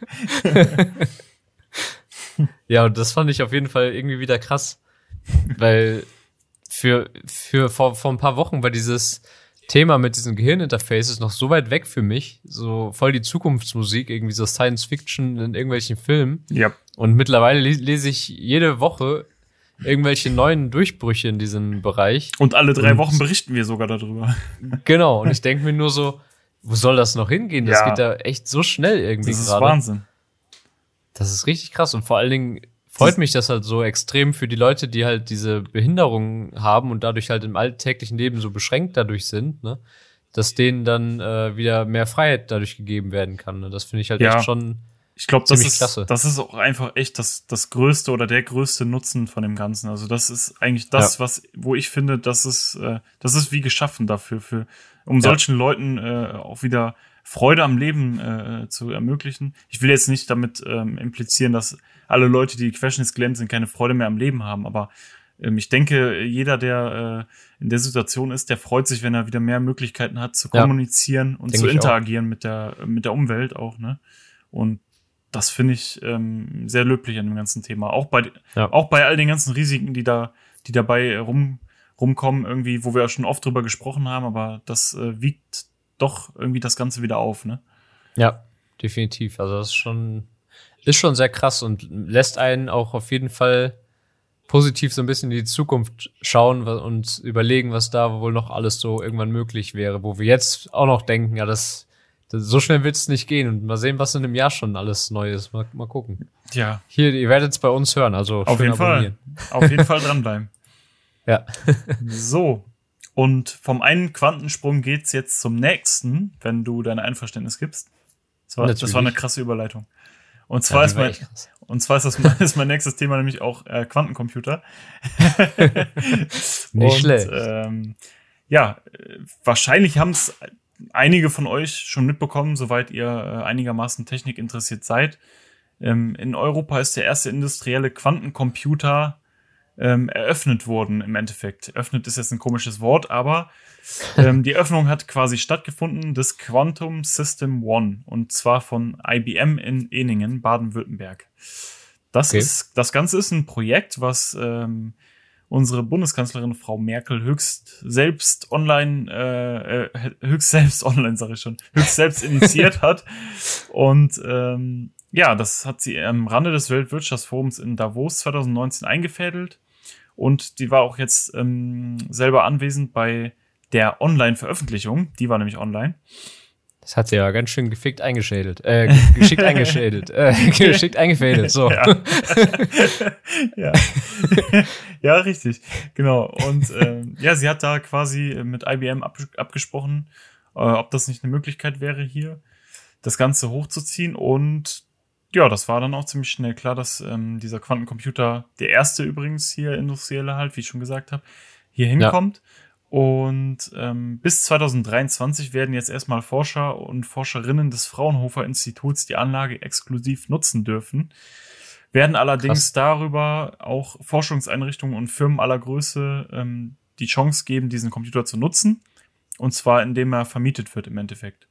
Ja, und das fand ich auf jeden Fall irgendwie wieder krass. Weil für, für vor, vor ein paar Wochen war dieses Thema mit diesen Gehirninterfaces noch so weit weg für mich. So voll die Zukunftsmusik, irgendwie so Science Fiction in irgendwelchen Filmen. Ja. Und mittlerweile le- lese ich jede Woche irgendwelche neuen Durchbrüche in diesem Bereich. Und alle drei Und- Wochen berichten wir sogar darüber. Genau. Und ich denke mir nur so, wo soll das noch hingehen? Das Ja. geht da echt so schnell irgendwie Das ist gerade. Wahnsinn. Das ist richtig krass und vor allen Dingen freut mich das halt so extrem für die Leute, die halt diese Behinderungen haben und dadurch halt im alltäglichen Leben so beschränkt dadurch sind, ne? Dass denen dann äh, wieder mehr Freiheit dadurch gegeben werden kann. Ne? Das finde ich halt Ja. echt schon. Ich glaube, das Ziemlich ist, klasse. das ist auch einfach echt das, das größte oder der größte Nutzen von dem Ganzen. Also das ist eigentlich das, Ja. was, wo ich finde, das ist, äh, das ist wie geschaffen dafür, für, um Ja. solchen Leuten äh, auch wieder Freude am Leben äh, zu ermöglichen. Ich will jetzt nicht damit ähm, implizieren, dass alle Leute, die querschnittsgelähmt sind, keine Freude mehr am Leben haben, aber ähm, ich denke, jeder, der äh, in der Situation ist, der freut sich, wenn er wieder mehr Möglichkeiten hat, zu Ja. kommunizieren und Denke zu ich auch. interagieren mit der, mit der Umwelt auch, ne? Und das finde ich ähm, sehr löblich an dem ganzen Thema. Auch bei, Ja. auch bei all den ganzen Risiken, die da, die dabei rum, rumkommen, irgendwie, wo wir auch schon oft drüber gesprochen haben, aber das äh, wiegt doch irgendwie das Ganze wieder auf, ne? Ja, definitiv. Also das ist schon, ist schon sehr krass und lässt einen auch auf jeden Fall positiv so ein bisschen in die Zukunft schauen wa- und überlegen, was da wohl noch alles so irgendwann möglich wäre, wo wir jetzt auch noch denken, ja, das, das so schnell wird es nicht gehen und mal sehen, was in einem Jahr schon alles neu ist. Mal, mal gucken. Ja, Hier, ihr werdet es bei uns hören, also auf schön jeden Fall. abonnieren. Auf jeden Fall dranbleiben. Ja. So. Und vom einen Quantensprung geht's jetzt zum nächsten, wenn du dein Einverständnis gibst. Das war, das Natürlich. war eine krasse Überleitung. Und zwar Ja, ist die war mein, echt krass. und zwar ist das mein, ist mein nächstes Thema nämlich auch äh, Quantencomputer. Nicht und, schlecht. Ähm, ja, äh, wahrscheinlich haben es einige von euch schon mitbekommen, soweit ihr äh, einigermaßen Technik interessiert seid. Ähm, in Europa ist der erste industrielle Quantencomputer ähm, eröffnet worden im Endeffekt. Eröffnet ist jetzt ein komisches Wort, aber ähm, die Öffnung hat quasi stattgefunden, das Quantum System One, und zwar von I B M in Eningen, Baden-Württemberg. Das Okay. ist, das Ganze ist ein Projekt, was ähm, unsere Bundeskanzlerin Frau Merkel höchst selbst online, äh, äh, höchst selbst online, sage ich schon, höchst selbst initiiert hat. Und ähm, ja, das hat sie am Rande des Weltwirtschaftsforums in Davos zwanzig neunzehn eingefädelt. Und die war auch jetzt ähm, selber anwesend bei der Online-Veröffentlichung. Die war nämlich online. Das hat sie ja ganz schön gefickt eingeschädelt. Äh, geschickt eingeschädelt. Äh, geschickt eingefädelt, so. Ja. ja. ja, richtig. Genau. Und ähm, ja, sie hat da quasi mit I B M ab, abgesprochen, äh, ob das nicht eine Möglichkeit wäre, hier das Ganze hochzuziehen. Und ja, das war dann auch ziemlich schnell klar, dass ähm, dieser Quantencomputer, der erste übrigens hier industrielle halt, wie ich schon gesagt habe, hier hinkommt. Und ähm, bis zwanzig dreiundzwanzig werden jetzt erstmal Forscher und Forscherinnen des Fraunhofer Instituts die Anlage exklusiv nutzen dürfen. Werden allerdings Krass. darüber auch Forschungseinrichtungen und Firmen aller Größe ähm, die Chance geben, diesen Computer zu nutzen. Und zwar, indem er vermietet wird im Endeffekt.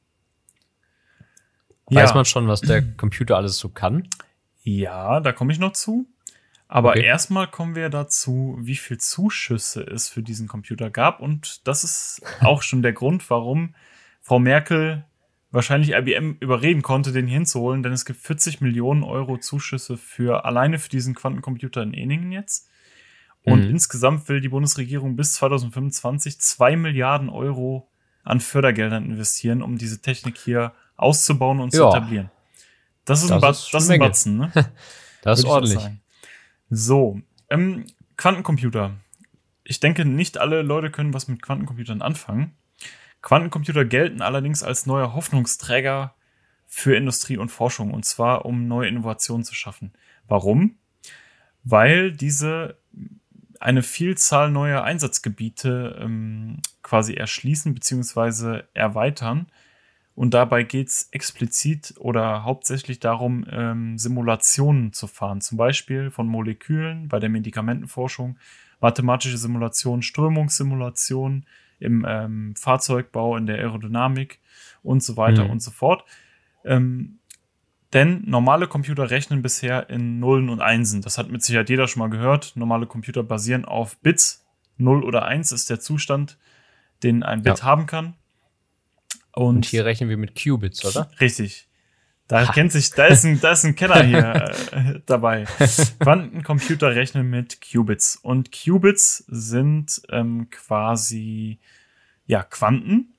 Weiß ja. man schon, was der Computer alles so kann? Ja, da komme ich noch zu. Aber Okay. erstmal kommen wir dazu, wie viel Zuschüsse es für diesen Computer gab. Und das ist auch schon der Grund, warum Frau Merkel wahrscheinlich I B M überreden konnte, den hier hinzuholen. Denn es gibt vierzig Millionen Euro Zuschüsse für alleine für diesen Quantencomputer in Eningen jetzt. Und mhm. insgesamt will die Bundesregierung bis zwanzig fünfundzwanzig zwei Milliarden Euro an Fördergeldern investieren, um diese Technik hier auszubauen und ja. zu etablieren. Das ist das ein, ba- ist das ist ein Batzen, ne? Das ist ordentlich. So, ähm, Quantencomputer. Ich denke, nicht alle Leute können was mit Quantencomputern anfangen. Quantencomputer gelten allerdings als neuer Hoffnungsträger für Industrie und Forschung, und zwar um neue Innovationen zu schaffen. Warum? Weil diese eine Vielzahl neuer Einsatzgebiete ähm, quasi erschließen bzw. erweitern. Und dabei geht es explizit oder hauptsächlich darum, ähm, Simulationen zu fahren. Zum Beispiel von Molekülen bei der Medikamentenforschung, mathematische Simulationen, Strömungssimulationen im ähm, Fahrzeugbau, in der Aerodynamik und so weiter mhm. und so fort. Ähm, denn normale Computer rechnen bisher in Nullen und Einsen. Das hat mit Sicherheit jeder schon mal gehört. Normale Computer basieren auf Bits. Null oder Eins ist der Zustand, den ein Bit ja. haben kann. Und, und hier rechnen wir mit Qubits, oder? Richtig. Da ha. kennt sich, da ist ein, da ist ein Kenner hier äh, dabei. Quantencomputer rechnen mit Qubits. Und Qubits sind ähm, quasi, ja, Quanten.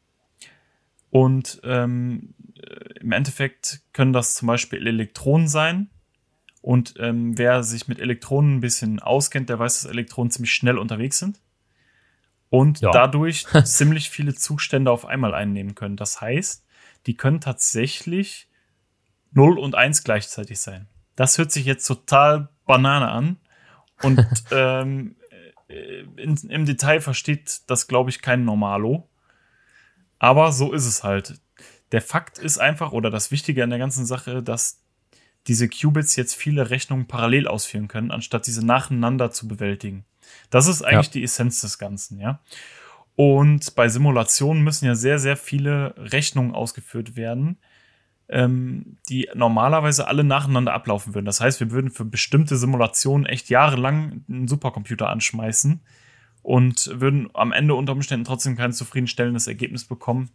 Und ähm, im Endeffekt können das zum Beispiel Elektronen sein. Und ähm, wer sich mit Elektronen ein bisschen auskennt, der weiß, dass Elektronen ziemlich schnell unterwegs sind. Und ja. dadurch ziemlich viele Zustände auf einmal einnehmen können. Das heißt, die können tatsächlich null und eins gleichzeitig sein. Das hört sich jetzt total Banane an. Und ähm, in, im Detail versteht das, glaube ich, kein Normalo. Aber so ist es halt. Der Fakt ist einfach, oder das Wichtige an der ganzen Sache, dass diese Qubits jetzt viele Rechnungen parallel ausführen können, anstatt diese nacheinander zu bewältigen. Das ist eigentlich ja. die Essenz des Ganzen, ja. Und bei Simulationen müssen ja sehr, sehr viele Rechnungen ausgeführt werden, ähm, die normalerweise alle nacheinander ablaufen würden. Das heißt, wir würden für bestimmte Simulationen echt jahrelang einen Supercomputer anschmeißen und würden am Ende unter Umständen trotzdem kein zufriedenstellendes Ergebnis bekommen,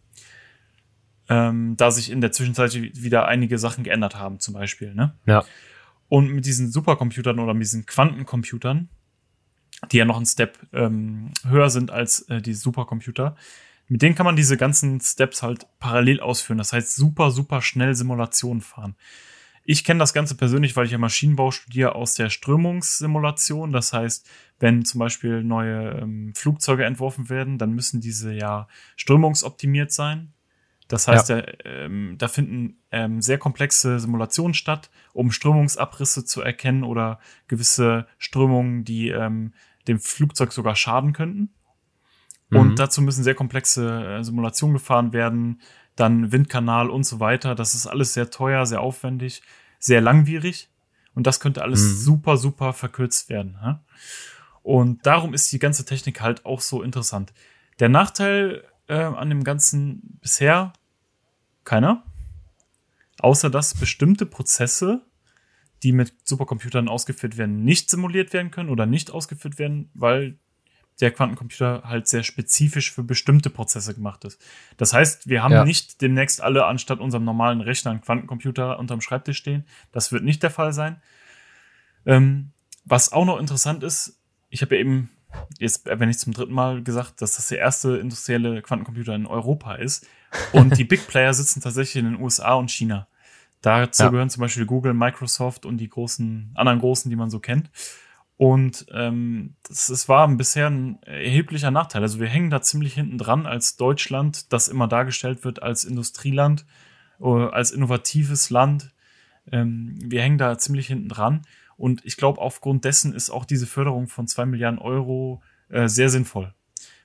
ähm, da sich in der Zwischenzeit wieder einige Sachen geändert haben, zum Beispiel, ne? Ja. Und mit diesen Supercomputern oder mit diesen Quantencomputern, die ja noch einen Step ähm, höher sind als äh, die Supercomputer, mit denen kann man diese ganzen Steps halt parallel ausführen. Das heißt, super, super schnell Simulationen fahren. Ich kenne das Ganze persönlich, weil ich ja Maschinenbau studiere, aus der Strömungssimulation. Das heißt, wenn zum Beispiel neue ähm, Flugzeuge entworfen werden, dann müssen diese ja strömungsoptimiert sein. Das heißt, ja. da, ähm, da finden ähm, sehr komplexe Simulationen statt, um Strömungsabrisse zu erkennen oder gewisse Strömungen, die ähm, dem Flugzeug sogar schaden könnten. Mhm. Und dazu müssen sehr komplexe äh, Simulationen gefahren werden, dann Windkanal und so weiter. Das ist alles sehr teuer, sehr aufwendig, sehr langwierig. Und das könnte alles mhm. super, super verkürzt werden. Ja? Und darum ist die ganze Technik halt auch so interessant. Der Nachteil äh, an dem Ganzen bisher keiner. Außer dass bestimmte Prozesse, die mit Supercomputern ausgeführt werden, nicht simuliert werden können oder nicht ausgeführt werden, weil der Quantencomputer halt sehr spezifisch für bestimmte Prozesse gemacht ist. Das heißt, wir haben ja. nicht demnächst alle anstatt unserem normalen Rechner einen Quantencomputer unterm Schreibtisch stehen. Das wird nicht der Fall sein. Ähm, was auch noch interessant ist, ich habe ja eben jetzt erwähne ich zum dritten Mal gesagt, dass das der erste industrielle Quantencomputer in Europa ist. Und die Big Player sitzen tatsächlich in den U S A und China. Dazu ja. gehören zum Beispiel Google, Microsoft und die großen, anderen großen, die man so kennt. Und ähm, das, das war bisher ein erheblicher Nachteil. Also wir hängen da ziemlich hinten dran als Deutschland, das immer dargestellt wird als Industrieland, oder als innovatives Land. Ähm, wir hängen da ziemlich hinten dran. Und ich glaube, aufgrund dessen ist auch diese Förderung von zwei Milliarden Euro äh, sehr sinnvoll.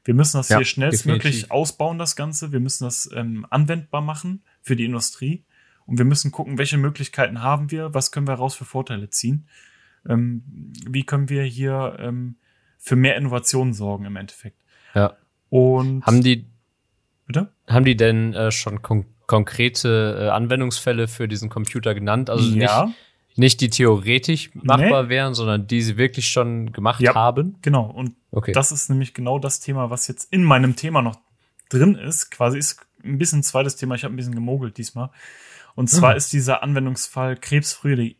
Wir müssen das Ja, hier schnellstmöglich definitiv. ausbauen, das Ganze. Wir müssen das ähm, anwendbar machen für die Industrie. Und wir müssen gucken, welche Möglichkeiten haben wir, was können wir raus für Vorteile ziehen. Ähm, wie können wir hier ähm, für mehr Innovationen sorgen im Endeffekt. Ja. Und Haben die, bitte? haben die denn äh, schon kon- konkrete äh, Anwendungsfälle für diesen Computer genannt? Also Ja. nicht, nicht die theoretisch machbar wären, sondern die sie wirklich schon gemacht Ja. haben? Genau. Und Okay. das ist nämlich genau das Thema, was jetzt in meinem Thema noch drin ist. Quasi ist ein bisschen ein zweites Thema. Ich habe ein bisschen gemogelt diesmal. Und zwar Mhm. ist dieser Anwendungsfall Krebsfrühe,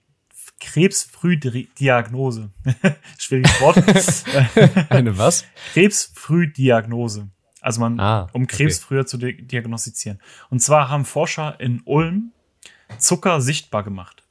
Krebsfrühdiagnose. Schwieriges Wort. Eine was? Krebsfrühdiagnose. Also man, Ah, um Krebs okay. früher zu di- diagnostizieren. Und zwar haben Forscher in Ulm Zucker sichtbar gemacht.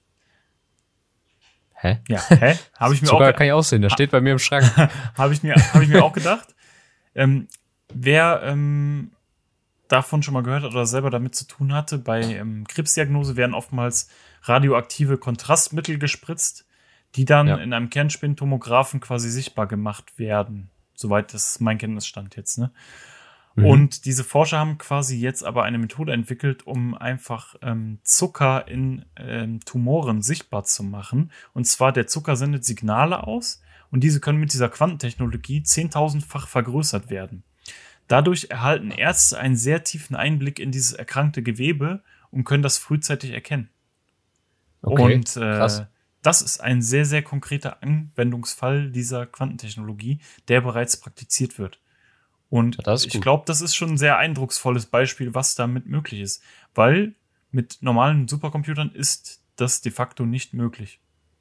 Hä? Ja, hä? Habe ich mir Zucker auch kann ich auch sehen, das steht bei mir im Schrank. habe ich mir habe ich mir auch gedacht. Ähm, wer ähm, davon schon mal gehört hat oder selber damit zu tun hatte, bei ähm, Krebsdiagnose werden oftmals radioaktive Kontrastmittel gespritzt, die dann Ja. in einem Kernspintomographen quasi sichtbar gemacht werden. Soweit das mein Kenntnisstand jetzt, ne? Mhm. Und diese Forscher haben quasi jetzt aber eine Methode entwickelt, um einfach ähm, Zucker in ähm, Tumoren sichtbar zu machen. Und zwar der Zucker sendet Signale aus und diese können mit dieser Quantentechnologie zehntausendfach vergrößert werden. Dadurch erhalten Ärzte einen sehr tiefen Einblick in dieses erkrankte Gewebe und können das frühzeitig erkennen. Okay, und äh, krass. das ist ein sehr, sehr konkreter Anwendungsfall dieser Quantentechnologie, der bereits praktiziert wird. Und Ja, das ist ich gut. glaube, das ist schon ein sehr eindrucksvolles Beispiel, was damit möglich ist. Weil mit normalen Supercomputern ist das de facto nicht möglich.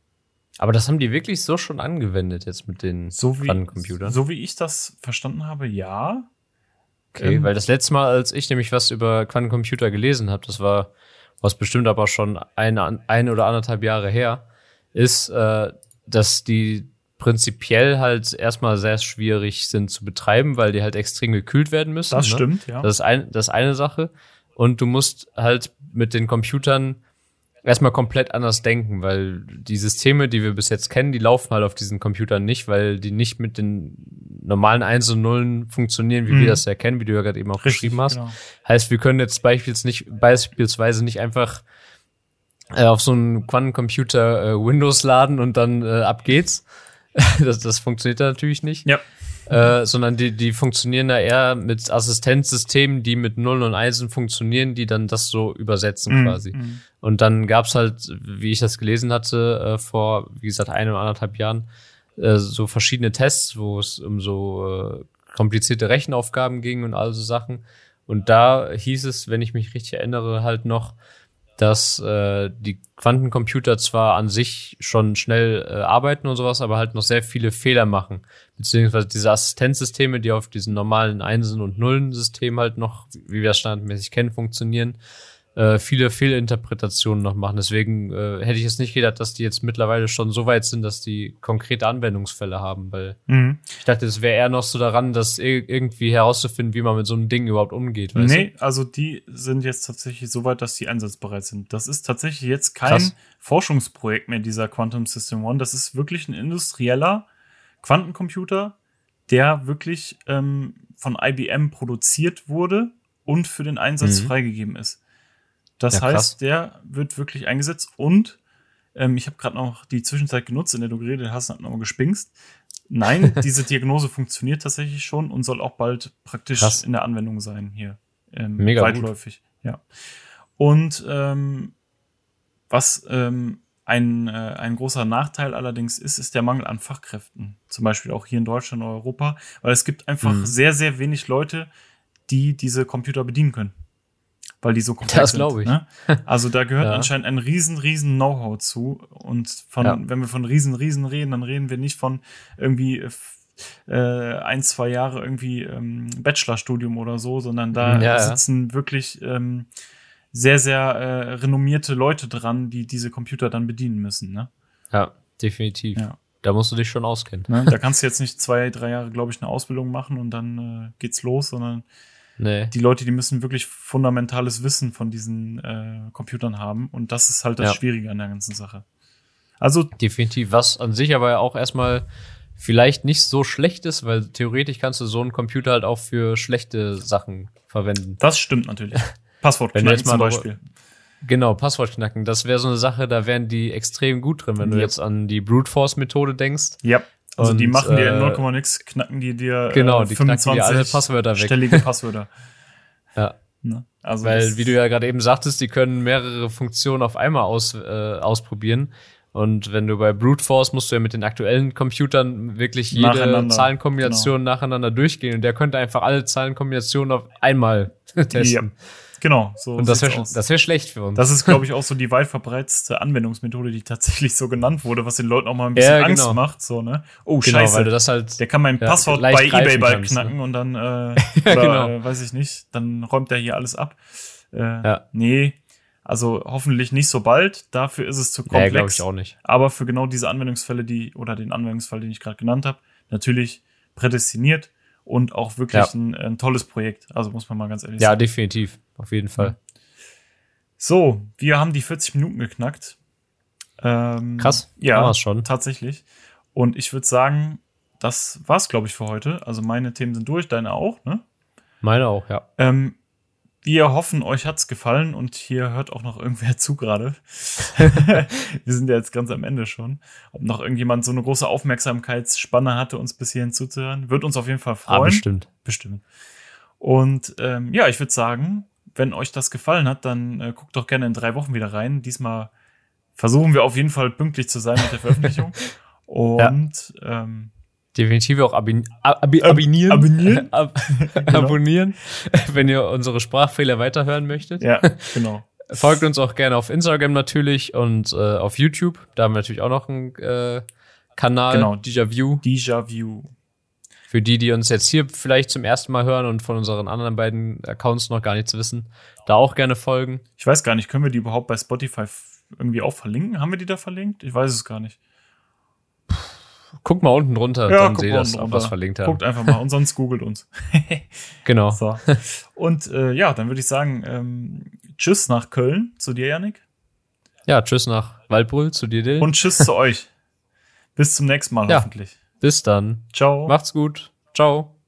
Aber das haben die wirklich so schon angewendet jetzt mit den So wie, Quantencomputern? so wie ich das verstanden habe, ja. Okay, ähm, weil das letzte Mal, als ich nämlich was über Quantencomputer gelesen habe, das war was bestimmt aber schon eine, eine oder anderthalb Jahre her, ist, äh, dass die prinzipiell halt erstmal sehr schwierig sind zu betreiben, weil die halt extrem gekühlt werden müssen. Das ne? stimmt, ja. Das ist, ein, das ist eine Sache. Und du musst halt mit den Computern erstmal komplett anders denken, weil die Systeme, die wir bis jetzt kennen, die laufen halt auf diesen Computern nicht, weil die nicht mit den normalen Eins und Nullen funktionieren, wie Mhm. wir das ja kennen, wie du ja gerade eben auch Richtig, beschrieben hast. genau. Heißt, wir können jetzt beispielsweise nicht, beispielsweise nicht einfach äh, auf so einen Quantencomputer äh, Windows laden und dann äh, ab geht's. das, das funktioniert da natürlich nicht. Ja. Äh, sondern die, die funktionieren da eher mit Assistenzsystemen, die mit Nullen und Einsen funktionieren, die dann das so übersetzen Mhm. quasi. Mhm. Und dann gab's halt, wie ich das gelesen hatte, äh, vor, wie gesagt, ein oder anderthalb Jahren, äh, so verschiedene Tests, wo es um so äh, komplizierte Rechenaufgaben ging und all so Sachen. Und da hieß es, wenn ich mich richtig erinnere, halt noch, dass äh, die Quantencomputer zwar an sich schon schnell äh, arbeiten und sowas, aber halt noch sehr viele Fehler machen. Beziehungsweise diese Assistenzsysteme, die auf diesen normalen Einsen- und Nullen-Systemen halt noch, wie wir das standardmäßig kennen, funktionieren, äh, viele Fehlinterpretationen noch machen. Deswegen äh, hätte ich jetzt nicht gedacht, dass die jetzt mittlerweile schon so weit sind, dass die konkrete Anwendungsfälle haben, weil Mhm. ich dachte, es wäre eher noch so daran, das ir- irgendwie herauszufinden, wie man mit so einem Ding überhaupt umgeht. Weißt Nee, also die sind jetzt tatsächlich so weit, dass die einsatzbereit sind. Das ist tatsächlich jetzt kein Krass. Forschungsprojekt mehr, dieser Quantum System One. Das ist wirklich ein industrieller Quantencomputer, der wirklich ähm, von I B M produziert wurde und für den Einsatz Mhm. freigegeben ist. Das Ja, krass. heißt, der wird wirklich eingesetzt und ähm, ich habe gerade noch die Zwischenzeit genutzt, in der du geredet hast, und noch gespinkst. Nein, diese Diagnose funktioniert tatsächlich schon und soll auch bald praktisch Krass. in der Anwendung sein hier. Ähm, Mega gut. weitläufig, ja. Und ähm, was ähm, ein, äh, ein großer Nachteil allerdings ist, ist der Mangel an Fachkräften. Zum Beispiel auch hier in Deutschland und Europa, weil es gibt einfach Mhm. sehr, sehr wenig Leute, die diese Computer bedienen können. Weil die so komplex Das sind. glaub ich. Ne? Also da gehört Ja. anscheinend ein riesen, riesen Know-how zu. Und von, Ja. wenn wir von riesen, riesen reden, dann reden wir nicht von irgendwie äh, ein, zwei Jahre irgendwie ähm, Bachelorstudium oder so, sondern da Ja, ja. sitzen wirklich ähm, sehr, sehr äh, renommierte Leute dran, die diese Computer dann bedienen müssen. Ne? Ja, definitiv. Ja. Da musst du dich schon auskennen. Ne? Da kannst du jetzt nicht zwei, drei Jahre, glaube ich, eine Ausbildung machen und dann äh, geht's los, sondern Nee. die Leute, die müssen wirklich fundamentales Wissen von diesen äh, Computern haben. Und das ist halt das Ja. Schwierige an der ganzen Sache. Also, Definitiv. Was an sich aber auch erstmal vielleicht nicht so schlecht ist, weil theoretisch kannst du so einen Computer halt auch für schlechte Sachen verwenden. Das stimmt natürlich. Passwort Wenn du knacken jetzt mal zum noch- Beispiel. Genau, Passwort knacken. Das wäre so eine Sache, da wären die extrem gut drin, wenn du Yep. jetzt an die Brute Force Methode denkst. Ja. Also die Und, machen dir in äh, null Komma nix, knacken die dir Genau, äh, die knacken dir alle Passwörter weg. stellige Passwörter. Ja. Ne? Also Weil, das- wie du ja gerade eben sagtest, die können mehrere Funktionen auf einmal aus, äh, ausprobieren. Und wenn du bei Brute Force musst du ja mit den aktuellen Computern wirklich jede Nacheinander, Zahlenkombination nacheinander durchgehen. Und der könnte einfach alle Zahlenkombinationen auf einmal testen. Ja. Genau, so Und das sieht's wäre aus. das wär schlecht für uns. Das ist, glaube ich, auch so die weit verbreitetste Anwendungsmethode, die tatsächlich so genannt wurde, was den Leuten auch mal ein bisschen Ja, Angst genau. macht. So, ne? Oh, genau, scheiße. weil du das halt. Der kann mein ja, Passwort leicht bei eBay greifen bald kannst, knacken ne? und dann, äh, Ja, oder, genau. äh, weiß ich nicht, dann räumt er hier alles ab. Äh, Ja. Nee, also hoffentlich nicht so bald. Dafür ist es zu Ja, glaube komplex. ich auch nicht. Aber für genau diese Anwendungsfälle, die, oder den Anwendungsfall, den ich gerade genannt habe, natürlich prädestiniert und auch wirklich Ja. ein, ein tolles Projekt. Also muss man mal ganz ehrlich Ja, sagen. definitiv. Auf jeden Fall. So, wir haben die vierzig Minuten geknackt. Ähm, Krass, Ja, haben wir's schon. tatsächlich. Und ich würde sagen, das war's, glaube ich, für heute. Also meine Themen sind durch, deine auch, ne? Meine auch, ja. Ähm, wir hoffen, euch hat's gefallen und hier hört auch noch irgendwer zu gerade. Wir sind ja jetzt ganz am Ende schon. Ob noch irgendjemand so eine große Aufmerksamkeitsspanne hatte, uns bis hierhin zuzuhören, wird uns auf jeden Fall freuen. Ah, bestimmt. Bestimmt. Und ähm, ja, ich würde sagen, wenn euch das gefallen hat, dann äh, guckt doch gerne in drei Wochen wieder rein. Diesmal versuchen wir auf jeden Fall pünktlich zu sein mit der Veröffentlichung. Und ähm, Definitiv auch abin ab ab abonnieren. abonnieren? Ab Genau. abonnieren, wenn ihr unsere Sprachfehler weiterhören möchtet. ja, genau. Folgt uns auch gerne auf Instagram natürlich und äh, auf YouTube. Da haben wir natürlich auch noch einen äh, Kanal, Genau. Déjà View. Déjà Vu. Für die, die uns jetzt hier vielleicht zum ersten Mal hören und von unseren anderen beiden Accounts noch gar nichts wissen, da auch gerne folgen. Ich weiß gar nicht, können wir die überhaupt bei Spotify f- irgendwie auch verlinken? Haben wir die da verlinkt? Ich weiß es gar nicht. Guckt mal unten drunter, Ja, dann guckt seht mal ihr das, unten ob runter. wir es verlinkt haben. Guckt einfach mal und sonst googelt uns. Genau. So. Und äh, ja, dann würde ich sagen, ähm, tschüss nach Köln zu dir, Yannick. Ja, tschüss nach Waldbrüll, zu dir, Dylan. Und tschüss zu euch. Bis zum nächsten Mal Ja. hoffentlich. Bis dann. Ciao. Macht's gut. Ciao.